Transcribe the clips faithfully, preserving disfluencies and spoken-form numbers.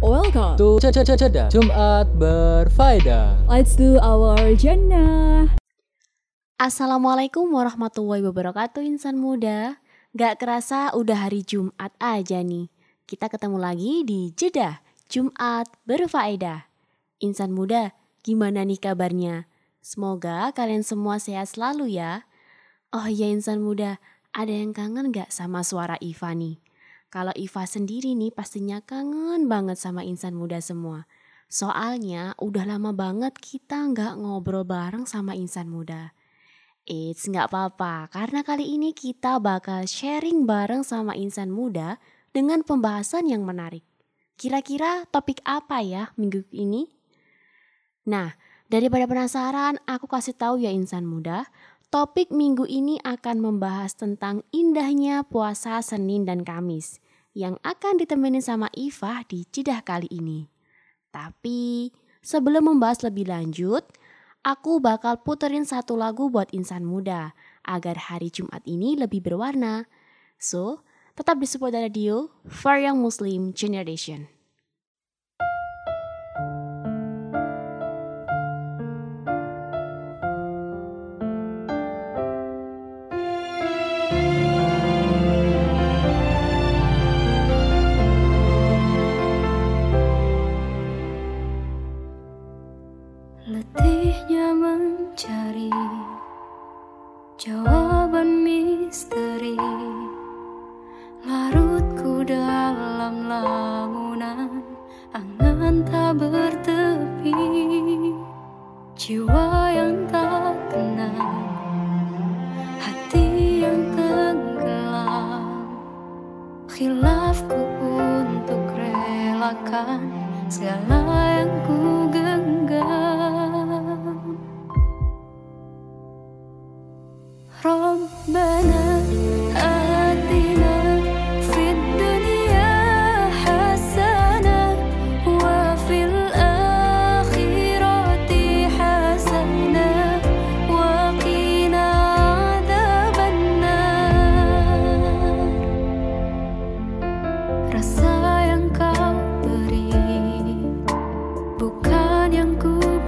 Welcome to Ceda Jumat Berfaedah. Let's do our Jannah. Assalamualaikum warahmatullahi wabarakatuh insan muda. Gak kerasa udah hari Jumat aja nih. Kita ketemu lagi di Jeda Jumat Berfaedah. Insan muda, gimana nih kabarnya? Semoga kalian semua sehat selalu ya. Oh ya insan muda, ada yang kangen gak sama suara Iva nih? Kalau Iva sendiri nih pastinya kangen banget sama insan muda semua. Soalnya udah lama banget kita gak ngobrol bareng sama insan muda. Eits, gak apa-apa, karena kali ini kita bakal sharing bareng sama insan muda dengan pembahasan yang menarik. Kira-kira topik apa ya minggu ini? Nah, daripada penasaran, aku kasih tahu ya insan muda. Topik minggu ini akan membahas tentang indahnya puasa Senin dan Kamis yang akan ditemenin sama Iva di Jeda kali ini. Tapi sebelum membahas lebih lanjut, aku bakal puterin satu lagu buat insan muda agar hari Jumat ini lebih berwarna. So, tetap di Support Radio for Young Muslim Generation. Letihnya mencari jawaban misteri, larutku dalam lamunan angan tak bertepi, jiwa yang tak tenang, hati yang tenggelam, khilafku untuk relakan segala yang ku genggam. Rabbana atina fid dunya hasanah wa fil akhirati hasanah wa qina adzabannar. Rasa yang kau beri bukan yang ku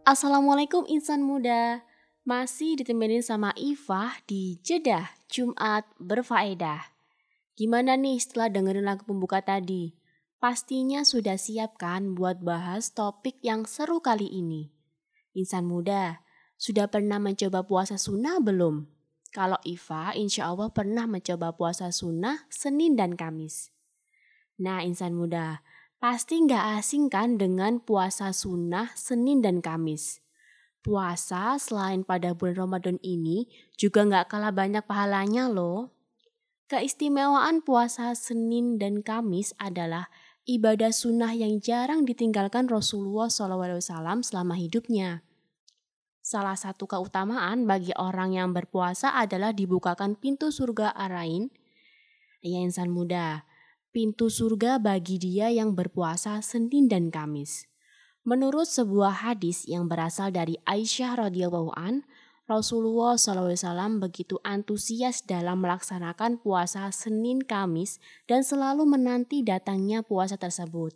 Assalamualaikum insan muda. Masih ditemenin sama Ifah di Jeddah Jumat Berfaedah. Gimana nih setelah dengerin lagu pembuka tadi? Pastinya sudah siap kan buat bahas topik yang seru kali ini. Insan muda, sudah pernah mencoba puasa sunnah belum? Kalau Ifah insya Allah pernah mencoba puasa sunnah Senin dan Kamis. Nah insan muda, pasti nggak asing kan dengan puasa sunnah Senin dan Kamis. Puasa selain pada bulan Ramadan ini juga nggak kalah banyak pahalanya loh. Keistimewaan puasa Senin dan Kamis adalah ibadah sunnah yang jarang ditinggalkan Rasulullah shallallahu alaihi wasallam selama hidupnya. Salah satu keutamaan bagi orang yang berpuasa adalah dibukakan pintu surga Ar-Rain. Ya insan muda, pintu surga bagi dia yang berpuasa Senin dan Kamis. Menurut sebuah hadis yang berasal dari Aisyah radhiyallahu an, Rasulullah shallallahu alaihi wasallam begitu antusias dalam melaksanakan puasa Senin Kamis dan selalu menanti datangnya puasa tersebut.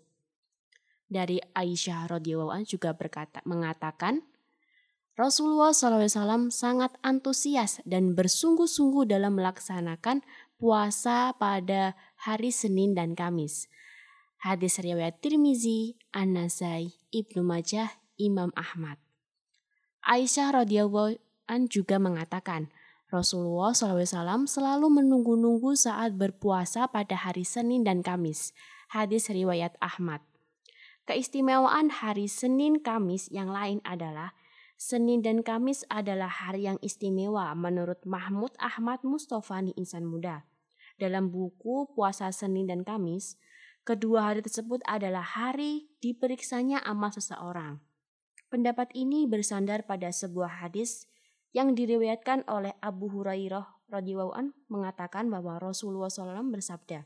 Dari Aisyah radhiyallahu an juga berkata mengatakan, Rasulullah shallallahu alaihi wasallam sangat antusias dan bersungguh-sungguh dalam melaksanakan puasa pada hari Senin dan Kamis. Hadis riwayat Tirmizi, An-Nasai, Ibnu Majah, Imam Ahmad. Aisyah radhiyallahu an juga mengatakan, Rasulullah shallallahu alaihi wasallam selalu menunggu-nunggu saat berpuasa pada hari Senin dan Kamis. Hadis riwayat Ahmad. Keistimewaan hari Senin Kamis yang lain adalah Senin dan Kamis adalah hari yang istimewa menurut Mahmud Ahmad Mustofani insan muda. Dalam buku Puasa Senin dan Kamis, kedua hari tersebut adalah hari diperiksanya amal seseorang. Pendapat ini bersandar pada sebuah hadis yang diriwayatkan oleh Abu Hurairah radhiyallahu an mengatakan bahwa Rasulullah shallallahu alaihi wasallam bersabda,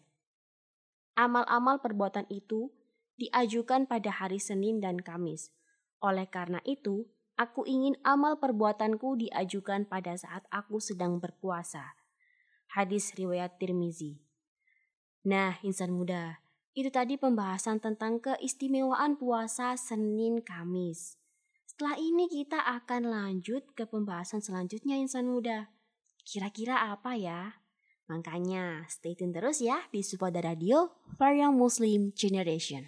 amal-amal perbuatan itu diajukan pada hari Senin dan Kamis. Oleh karena itu, aku ingin amal perbuatanku diajukan pada saat aku sedang berpuasa. Hadis riwayat Tirmizi. Nah, insan muda, itu tadi pembahasan tentang keistimewaan puasa Senin Kamis. Setelah ini kita akan lanjut ke pembahasan selanjutnya insan muda. Kira-kira apa ya? Makanya stay tune terus ya di Supada Radio for Young Muslim Generation.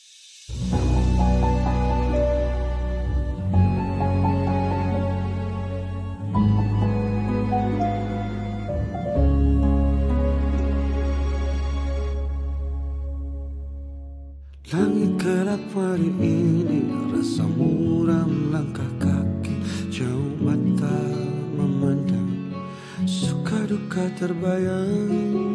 Langit gelap hari ini, rasa muram langkah kaki, jauh mata memandang, suka duka terbayang.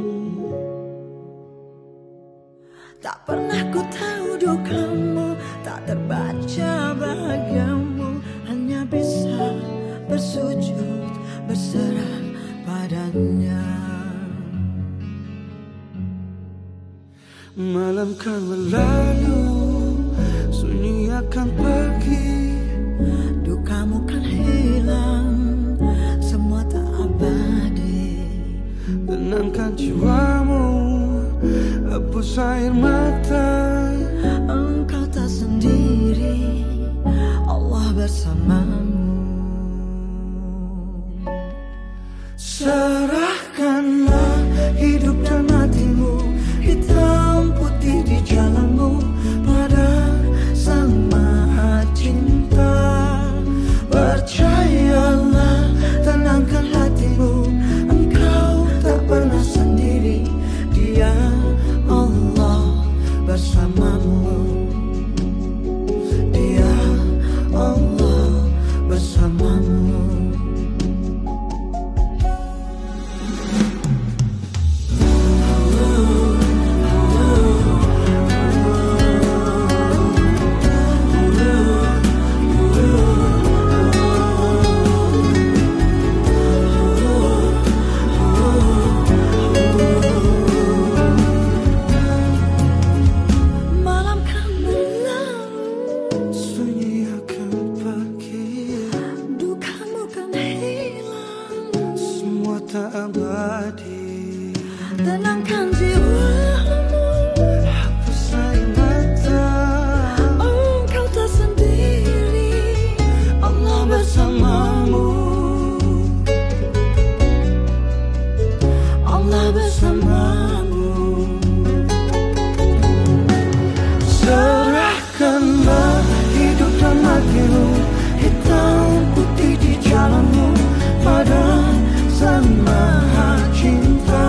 Tak pernah ku tahu dukamu, tak terbaca bahagiamu, hanya bisa bersujud berserah padanya. Malam kan berlalu, sunyi akan pergi, dukamu kan hilang, semua tak abadi. tenangkan jiwamu, hapus air mata. Engkau tak sendiri, Allah bersamamu. Serahkanlah hidup dan hatimu, hitam putih di jalanmu, pada Sang Maha Cinta. Percayalah, tenangkan hatimu, engkau tak pernah sendiri, Dia Allah bersamamu, Dia Allah bersamamu. Tenangkan jiwamu, hapus air mata. engkau tak sendiri, bersamamu. Serahkanlah hidup dan matimu, hitam putih di jalanmu, pada Sang Maha Cinta.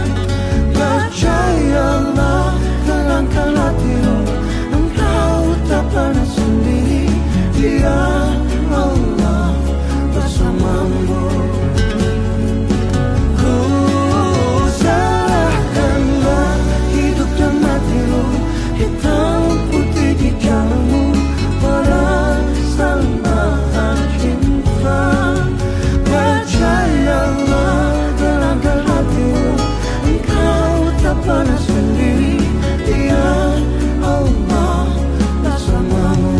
Percayalah, tenangkan hatimu, engkau tak pernah sendiri, Dia Allah bersamamu. Ku serahkanlah hidup dan matimu, hitam putih di jalanmu, pada Sang Maha Cinta. Percayalah, tenangkan hatimu, engkau tak pernah sendiri, Dia Allah bersamamu.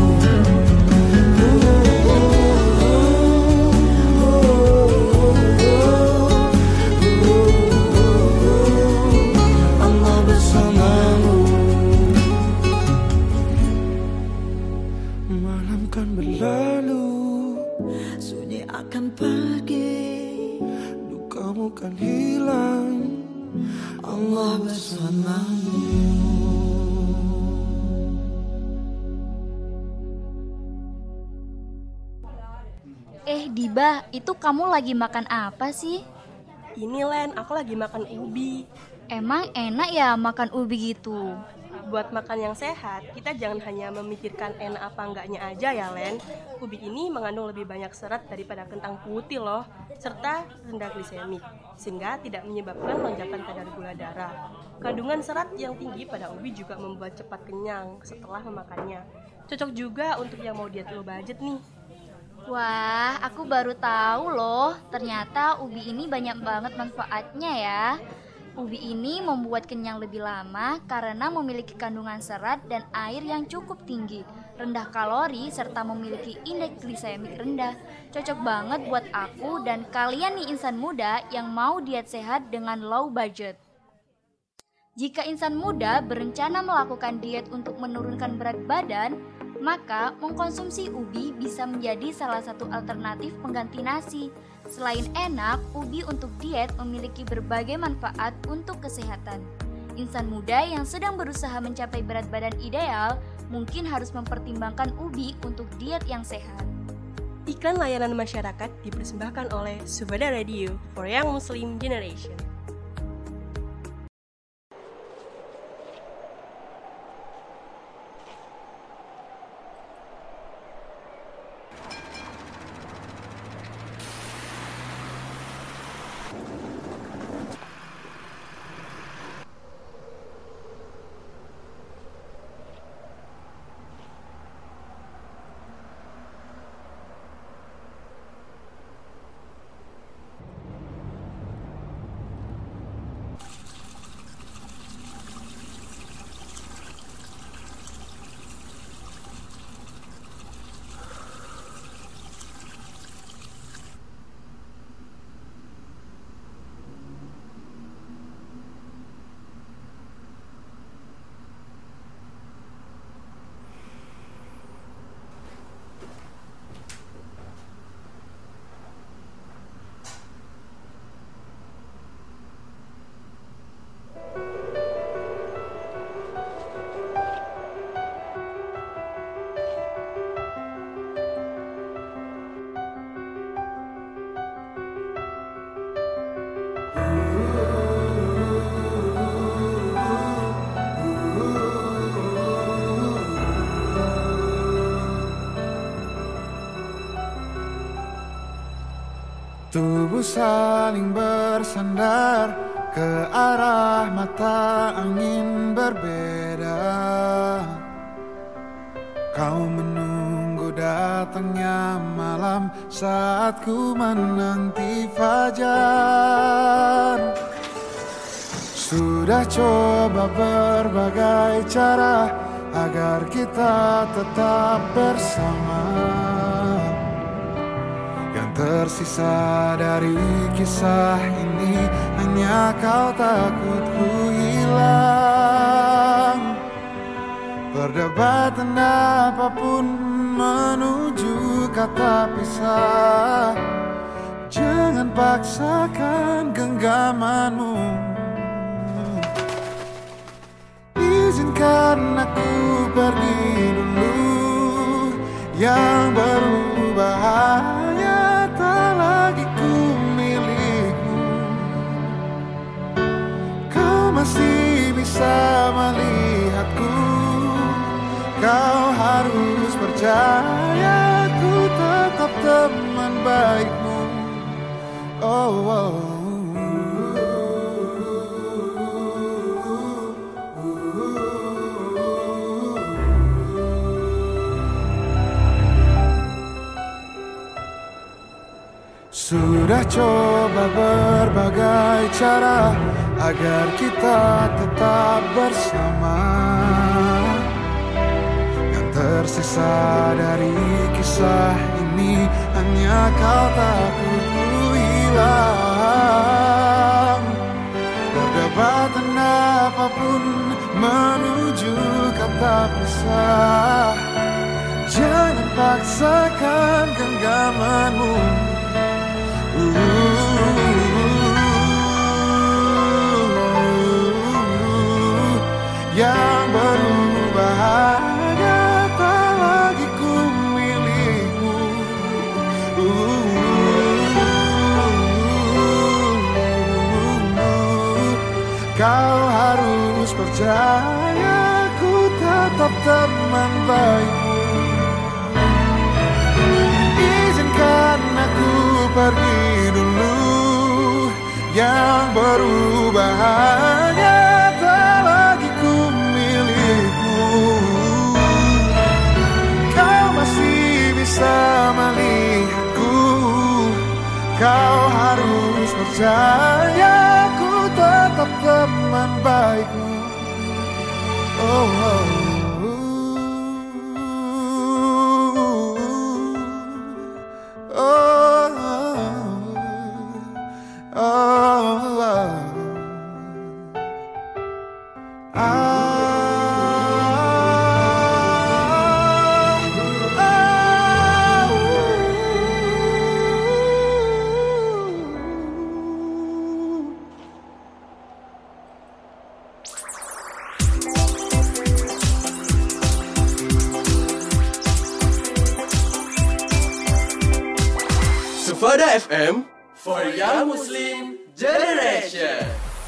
Allah bersamamu. Malam kan berlalu, Sunyi akan pergi, dukamu kan hilang, Allah bersamamu. Eh Diba, itu kamu lagi makan apa sih? Ini Len, aku lagi makan ubi. Emang enak ya makan ubi gitu? Buat makan yang sehat, kita jangan hanya memikirkan enak apa enggaknya aja ya Len. Ubi ini mengandung lebih banyak serat daripada kentang putih loh, serta rendah glisemik, sehingga tidak menyebabkan lonjakan kadar gula darah. Kandungan serat yang tinggi pada ubi juga membuat cepat kenyang setelah memakannya. Cocok juga untuk yang mau diet low budget nih. Wah, aku baru tahu loh, ternyata ubi ini banyak banget manfaatnya ya. Ubi ini membuat kenyang lebih lama karena memiliki kandungan serat dan air yang cukup tinggi, rendah kalori, serta memiliki indeks glisemik rendah. Cocok banget buat aku dan kalian nih insan muda yang mau diet sehat dengan low budget. Jika insan muda berencana melakukan diet untuk menurunkan berat badan, maka mengkonsumsi ubi bisa menjadi salah satu alternatif pengganti nasi. Selain enak, ubi untuk diet memiliki berbagai manfaat untuk kesehatan. Insan muda yang sedang berusaha mencapai berat badan ideal mungkin harus mempertimbangkan ubi untuk diet yang sehat. Iklan layanan masyarakat dipersembahkan oleh Sufada Radio for Young Muslim Generation. Tubuh saling bersandar ke arah mata angin berbeda. Kau menunggu datangnya malam saat ku menanti fajar. Sudah coba berbagai cara agar kita tetap bersama. Yang tersisa dari kisah ini hanya kau takut ku hilang. Perdebatan apapun menuju kata pisah. Jangan paksakan genggamanmu Izinkan aku pergi dulu, yang berubah hanya tak lagi ku milikmu. Kau masih bisa melihatku, kau harus percaya ku tetap teman baikmu. Oh, oh. Sudah coba berbagai cara agar kita tetap bersama. Yang tersisa dari kisah ini hanya kau takut ku hilang. Perdebatan apapun menuju kata pisah. Jangan paksakan genggamanmu. Yang berubah hanya tak lagi ku milikmu. Kau harus percaya ku tetap teman baikmu. Izinkan aku pergi dulu, yang berubah hanya tak lagi ku milikmu. Kau masih bisa melihatku, kau harus percaya ku tetap teman baikmu. Oh, oh. Sufada F M for Young Muslim Generation.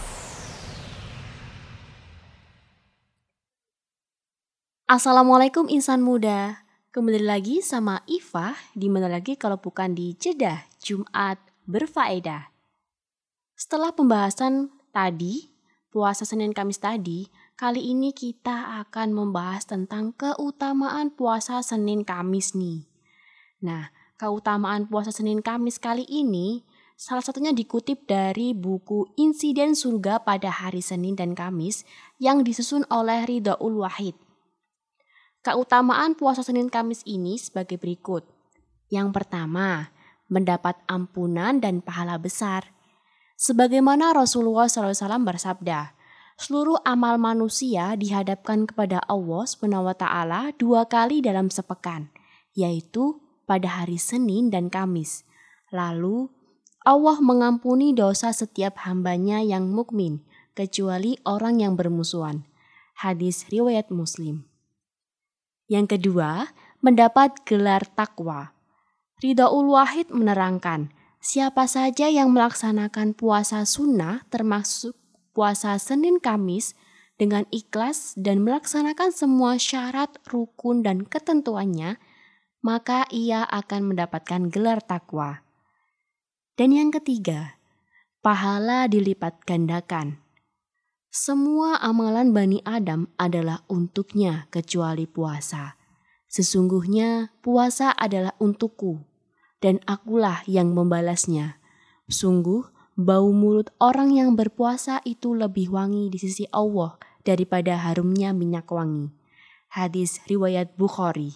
Assalamualaikum insan muda. Kembali lagi sama Ifah, di mana lagi kalau bukan di Jeddah Jumat Berfaedah. Setelah pembahasan tadi, puasa Senin Kamis tadi, kali ini kita akan membahas tentang keutamaan puasa Senin Kamis nih. Nah, keutamaan puasa Senin Kamis kali ini salah satunya dikutip dari buku Insiden Surga pada Hari Senin dan Kamis yang disusun oleh Ridhaul Wahid. Keutamaan puasa Senin Kamis ini sebagai berikut. Yang pertama, mendapat ampunan dan pahala besar. Sebagaimana Rasulullah shallallahu alaihi wasallam bersabda, seluruh amal manusia dihadapkan kepada Allah subhanahu wa taala dua kali dalam sepekan, yaitu pada hari Senin dan Kamis. Lalu Allah mengampuni dosa setiap hambanya yang mukmin, kecuali orang yang bermusuhan. Hadis riwayat Muslim. Yang kedua, mendapat gelar takwa. Ridhaul Wahid menerangkan, siapa saja yang melaksanakan puasa sunnah termasuk puasa Senin Kamis dengan ikhlas dan melaksanakan semua syarat, rukun, dan ketentuannya, maka ia akan mendapatkan gelar takwa. Dan yang ketiga, pahala dilipat gandakan. Semua amalan Bani Adam adalah untuknya kecuali puasa. Sesungguhnya puasa adalah untukku, dan akulah yang membalasnya. Sungguh, bau mulut orang yang berpuasa itu lebih wangi di sisi Allah daripada harumnya minyak wangi. Hadis riwayat Bukhari.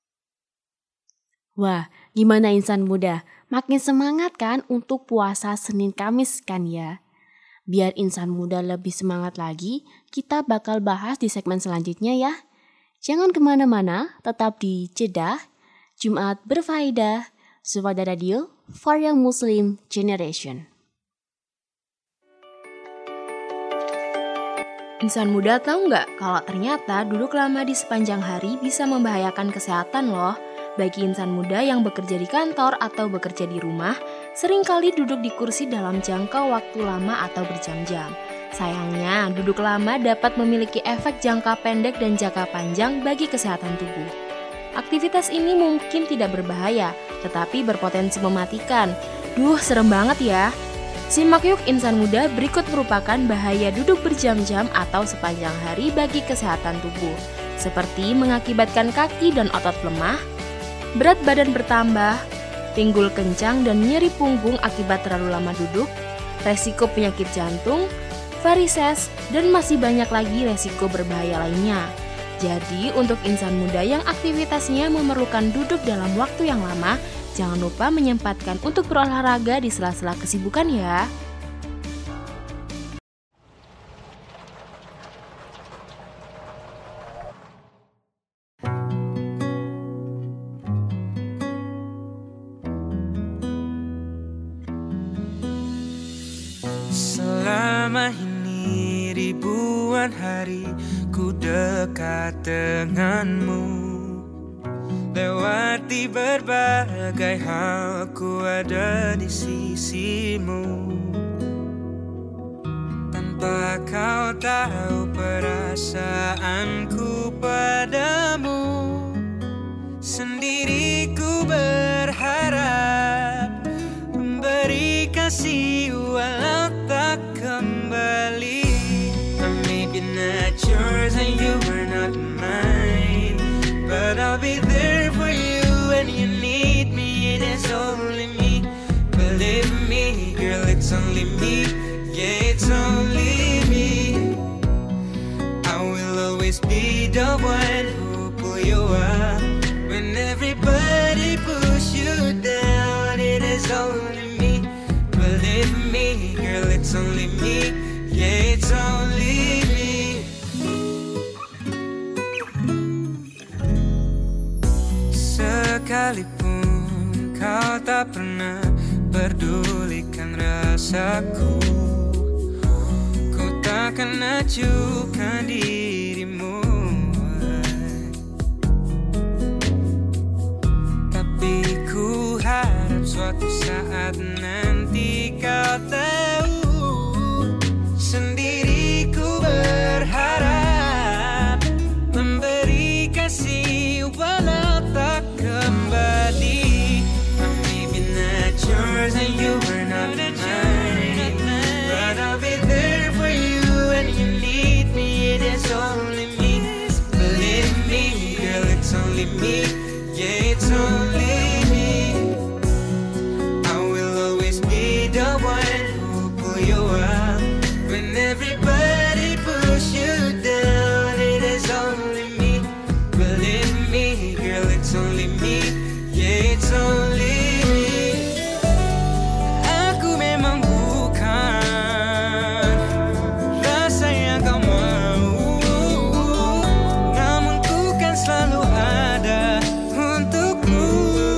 Wah, gimana insan muda? Makin semangat kan untuk puasa Senin Kamis kan ya? Biar insan muda lebih semangat lagi, kita bakal bahas di segmen selanjutnya ya. Jangan kemana-mana, tetap di Jeddah Jumat Berfaedah, Sufada Radio for Young Muslim Generation. Insan muda tahu nggak kalau ternyata duduk lama di sepanjang hari bisa membahayakan kesehatan loh. Bagi insan muda yang bekerja di kantor atau bekerja di rumah, seringkali duduk di kursi dalam jangka waktu lama atau berjam-jam. Sayangnya, duduk lama dapat memiliki efek jangka pendek dan jangka panjang bagi kesehatan tubuh. Aktivitas ini mungkin tidak berbahaya, tetapi berpotensi mematikan. Duh, serem banget ya. Simak yuk insan muda, berikut merupakan bahaya duduk berjam-jam atau sepanjang hari bagi kesehatan tubuh. Seperti mengakibatkan kaki dan otot lemah, berat badan bertambah, pinggul kencang dan nyeri punggung akibat terlalu lama duduk, resiko penyakit jantung, varises, dan masih banyak lagi resiko berbahaya lainnya. Jadi, untuk insan muda yang aktivitasnya memerlukan duduk dalam waktu yang lama, jangan lupa menyempatkan untuk berolahraga di sela-sela kesibukan ya. Selama ini ribuan hari ku dekat denganmu. Lewati berbagai hal ku ada di sisimu. Tanpa kau tahu perasaanku padamu, sendiri ku berharap memberi kasih walau tak kembali. I'm maybe not yours and you are not mine, but I'll be there for you when you need me. It is only me, believe me, girl, it's only me. Yeah, it's only me. I will always be the one who pull you up when everybody push you down. It is only me, believe me, girl, it's only me. Yeah, it's only me. Sekalipun kau tak pernah pedulikan rasaku, ku takkan acuhkan dirimu. Tapi ku harap suatu saat nanti kau tahu, sendiri ku berharap memberi kasih walau tak kembali. I may be not yours and you are not mine, but I'll be there for you when you need me. It is only me, believe me, girl, it's only me. Yeah, it's only me. I will always be the one who pull you up when everybody push you down. It is only me, believe me, girl, it's only me. Yeah, it's only me. Aku memang bukan rasa yang kau mau, namun ku kan selalu ada untukmu.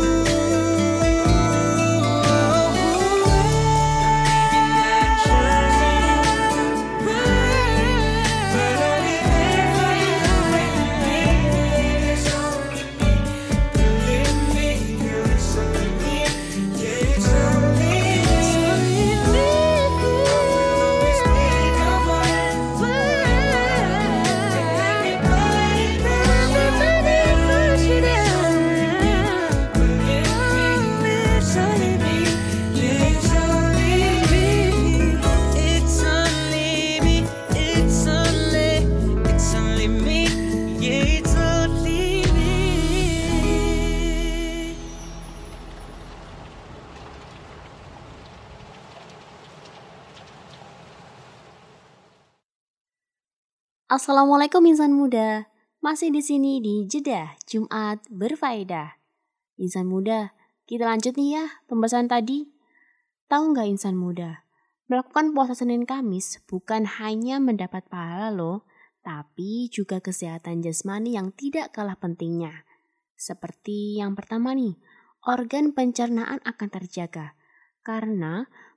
Assalamualaikum insan muda. Masih di sini di Jeddah Jumat Berfaedah. Insan muda, kita lanjut nih ya pembahasan tadi. Tahu nggak insan muda? Melakukan puasa Senin Kamis bukan hanya mendapat pahala loh, tapi juga kesehatan jasmani yang tidak kalah pentingnya. Seperti yang pertama nih, organ pencernaan akan terjaga. Karena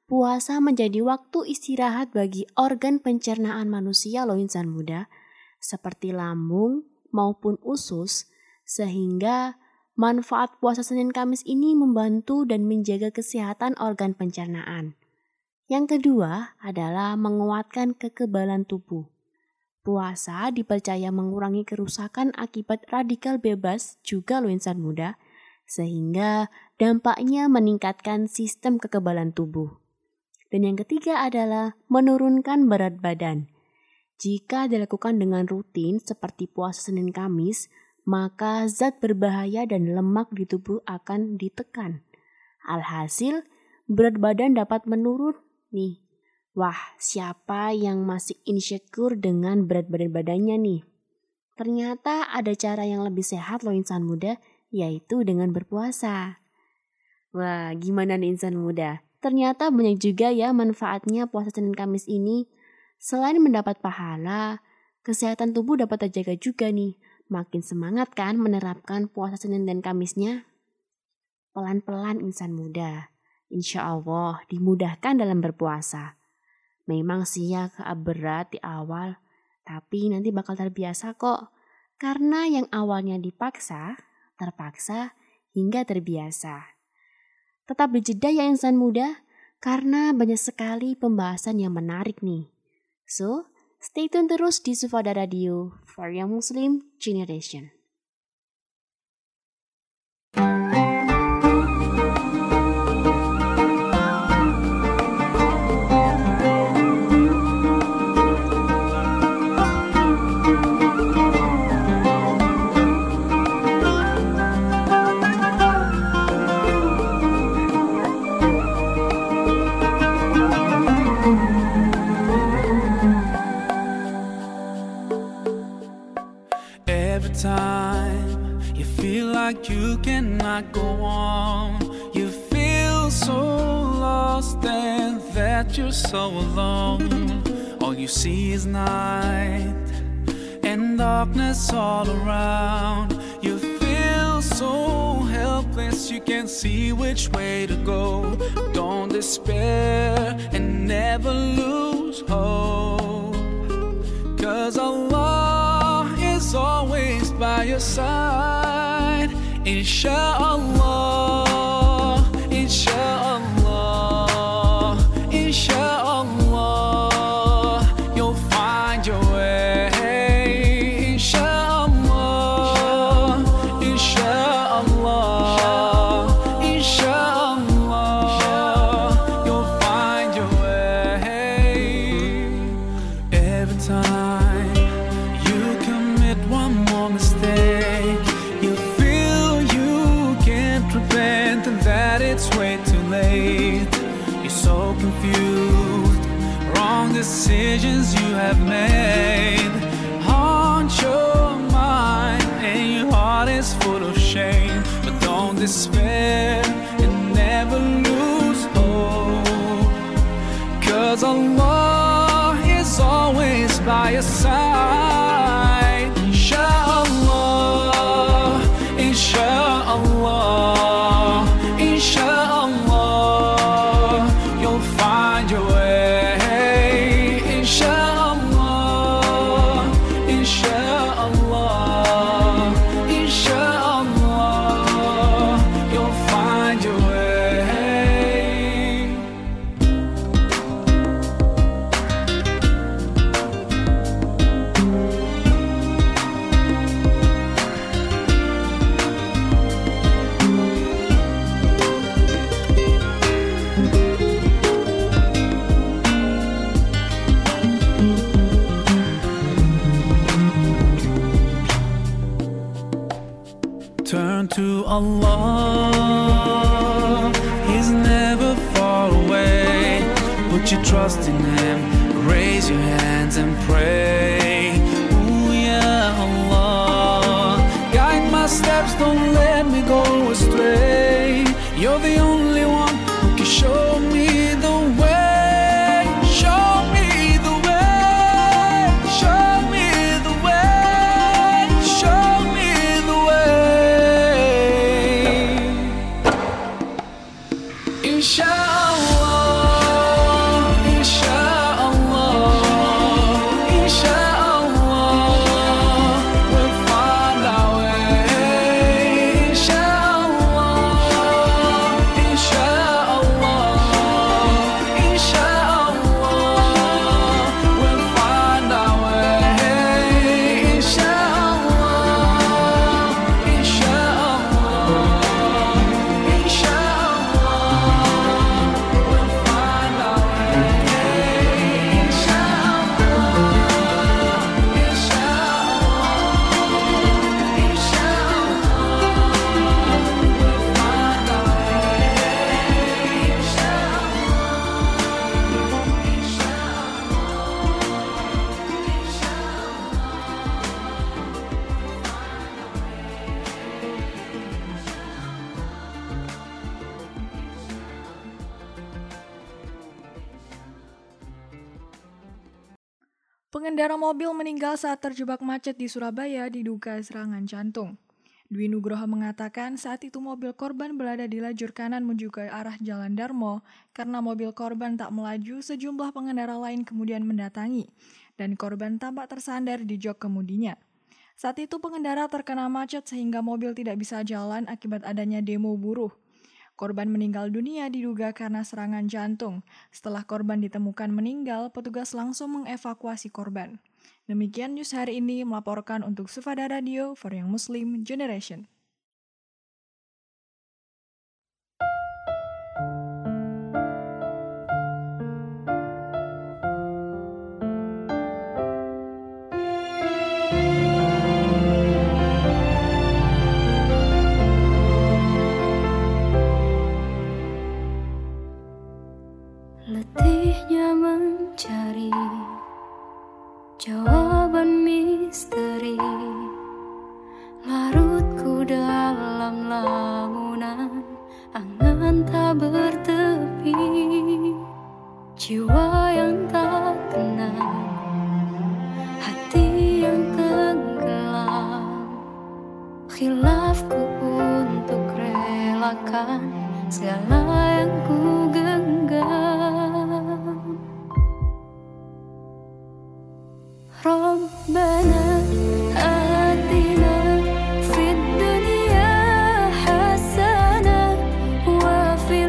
puasa menjadi waktu istirahat bagi organ pencernaan manusia loh insan muda, seperti lambung maupun usus, sehingga manfaat puasa Senin Kamis ini membantu dan menjaga kesehatan organ pencernaan. Yang kedua adalah menguatkan kekebalan tubuh. Puasa dipercaya mengurangi kerusakan akibat radikal bebas juga loh insan muda, sehingga dampaknya meningkatkan sistem kekebalan tubuh. Dan yang ketiga adalah menurunkan berat badan. Jika dilakukan dengan rutin seperti puasa Senin Kamis, maka zat berbahaya dan lemak di tubuh akan ditekan. Alhasil, berat badan dapat menurun nih. Wah, siapa yang masih insecure dengan berat badan badannya nih? Ternyata ada cara yang lebih sehat loh insan muda, yaitu dengan berpuasa. Wah, gimana nih insan muda? Ternyata banyak juga ya manfaatnya puasa Senin Kamis ini. Selain mendapat pahala, kesehatan tubuh dapat terjaga juga nih. Makin semangat kan menerapkan puasa Senin dan Kamisnya? Pelan-pelan insan muda. Insya Allah dimudahkan dalam berpuasa. Memang sih ya berat di awal, tapi nanti bakal terbiasa kok. Karena yang awalnya dipaksa, terpaksa, hingga terbiasa. Tetap dijeda ya insan muda, karena banyak sekali pembahasan yang menarik nih. So, stay tune terus di Sufada Radio for Young Muslim Generation. You cannot go on. You feel so lost and that you're so alone. All you see is night and darkness all around. You feel so helpless, you can't see which way to go. Don't despair and never lose hope, 'cause Allah is always by your side. Insha'Allah, Insha'Allah, Insha'Allah, you'll find your way. Insha'Allah, Insha'Allah, Insha'Allah, you'll find your way. Every time you commit one more mistake, you repent and that it's way too late. You're so confused, wrong decisions you have made haunt your mind and your heart is full of shame. But don't despair and never lose hope, 'cause Allah is always by your side. Insha'Allah, Insha'Allah, Insha'Allah, you'll find your way. Insha'Allah, Insha'Allah, Insha'Allah, you'll find your way. Turn to Allah, He's never far away. Put your trust in Him, raise your hands and pray. Ooh, ya Allah, guide my steps, don't let me go astray. You're the only one who can show me the way. Show me the way, show me the way, show me the way. Inshallah, Pengendara mobil meninggal saat terjebak macet di Surabaya diduga serangan jantung. Dwi Nugroho mengatakan saat itu mobil korban berada di lajur kanan menuju ke arah Jalan Darmo. Karena mobil korban tak melaju, sejumlah pengendara lain kemudian mendatangi, dan korban tampak tersandar di jok kemudinya. Saat itu pengendara terkena macet sehingga mobil tidak bisa jalan akibat adanya demo buruh. Korban meninggal dunia diduga karena serangan jantung. Setelah korban ditemukan meninggal, petugas langsung mengevakuasi korban. Demikian news hari ini melaporkan untuk Sufada Radio for Young Muslim Generation. Letihnya mencari jawaban misteri, larutku dalam lamunan angan tak bertepi, jiwa yang tak tenang, hati yang tenggelam, khilafku untuk relakan segala yang ku genggam. Rabbana atina fid dunya hasanah wa fil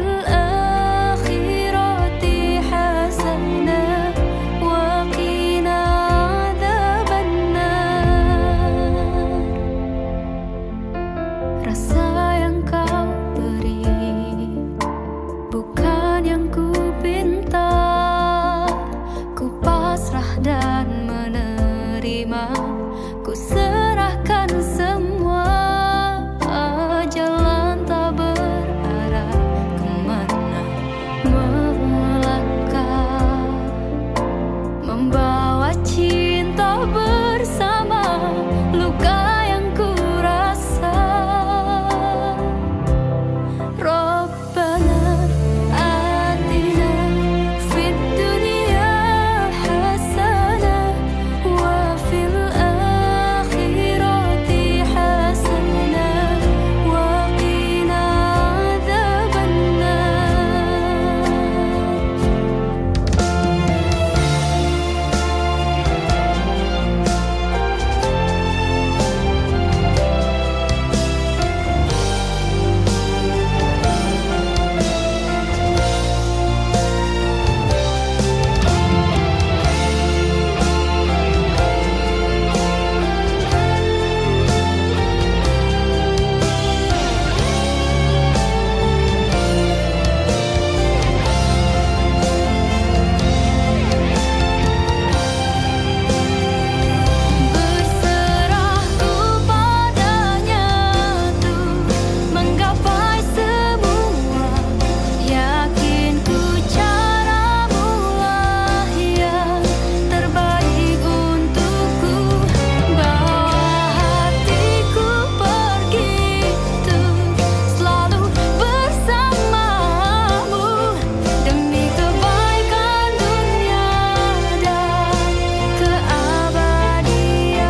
akhirati hasanah wa qina adzabannar. Rasa yang kau beri bukan yang ku pinta, ku pasrah dan menerima, ku serahkan semua. Jalan tak berarah kemana melangkah, membawa cinta bersama luka yang ku rasa. Rabbana atina fid dunya hasanah wa fil akhirati hasanah wa qina adzabannar. Berserahku padanya tuh menggapai semua, yakin ku caramu lah yang terbaik untukku. Bawa hatiku pergi tuh selalu bersamamu demi kebaikan dunia dan keabadian.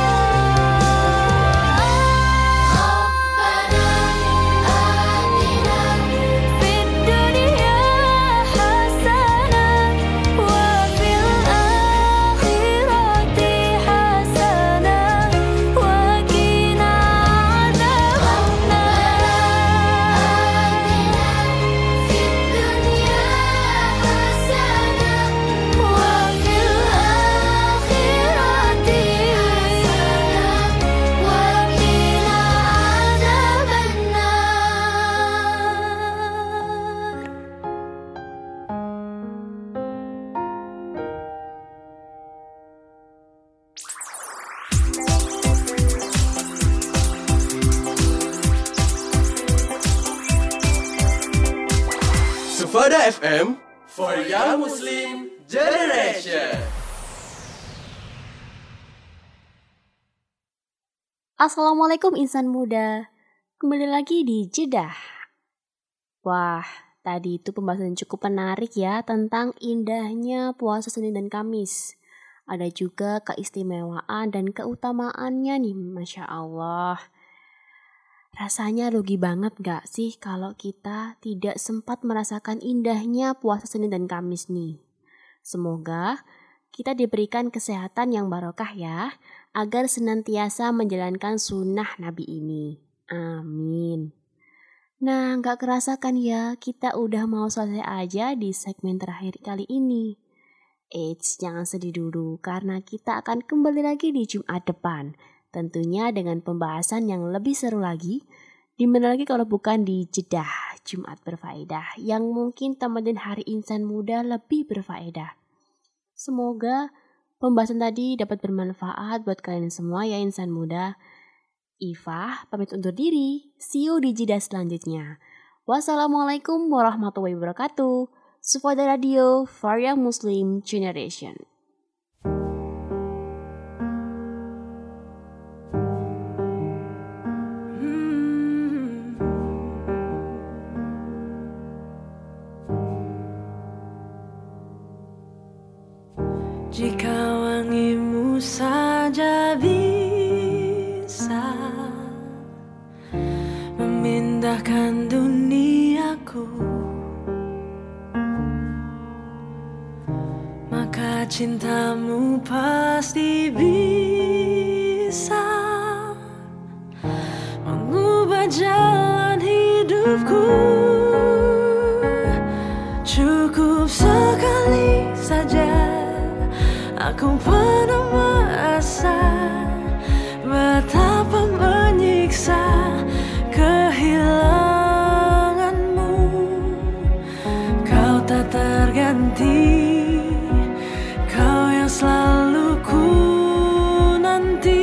Fid dunya hasanah wa fil akhirati hasanah wa qina adzabannar. Fid dunya hasanah wa fil akhirati hasanah wa qina adzabannar. Sufada F M for Young Muslim Generation. Assalamualaikum insan muda. Kembali lagi di Jeddah. Wah, tadi itu pembahasan cukup menarik ya tentang indahnya puasa Senin dan Kamis. Ada juga keistimewaan dan keutamaannya nih, Masya Allah. Rasanya rugi banget gak sih kalau kita tidak sempat merasakan indahnya puasa Senin dan Kamis nih. Semoga kita diberikan kesehatan yang barokah ya, agar senantiasa menjalankan sunnah Nabi ini. Amin. Nah, gak kerasa kan ya, kita udah mau selesai aja di segmen terakhir kali ini. Eits, jangan sedih dulu, karena kita akan kembali lagi di Jumat depan. Tentunya dengan pembahasan yang lebih seru lagi. Dimana lagi kalau bukan di Jedah Jumat Berfaedah, yang mungkin temenin hari insan muda lebih berfaedah. Semoga pembahasan tadi dapat bermanfaat buat kalian semua ya insan muda. Ifah pamit undur diri. See you di Jedah selanjutnya. Wassalamualaikum warahmatullahi wabarakatuh. Sufada Radio for Young Muslim Generation. Jika wangimu saja bisa memindahkan duniaku, maka cintamu pasti bisa mengubah jalan hidupku. Cukup sekali saja aku pernah merasa betapa menyiksa kehilanganmu. Kau tak terganti, kau yang selalu ku nanti.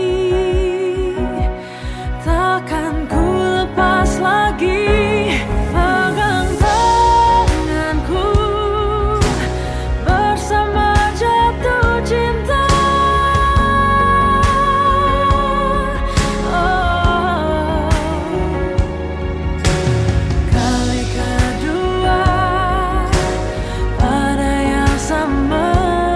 Takkan ku lepas lagi. Pegang tanganku bersama jatuh cinta. Oh, kali kedua pada yang sama.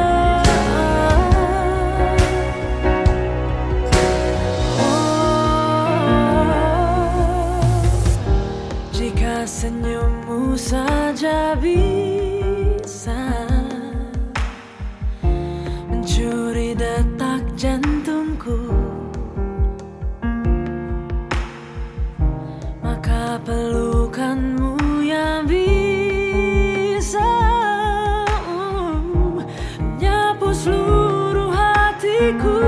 Jika senyummu saja bisa mencuri detak jantungku, maka pelukanmu yang bisa uh, menyapu seluruh hatiku.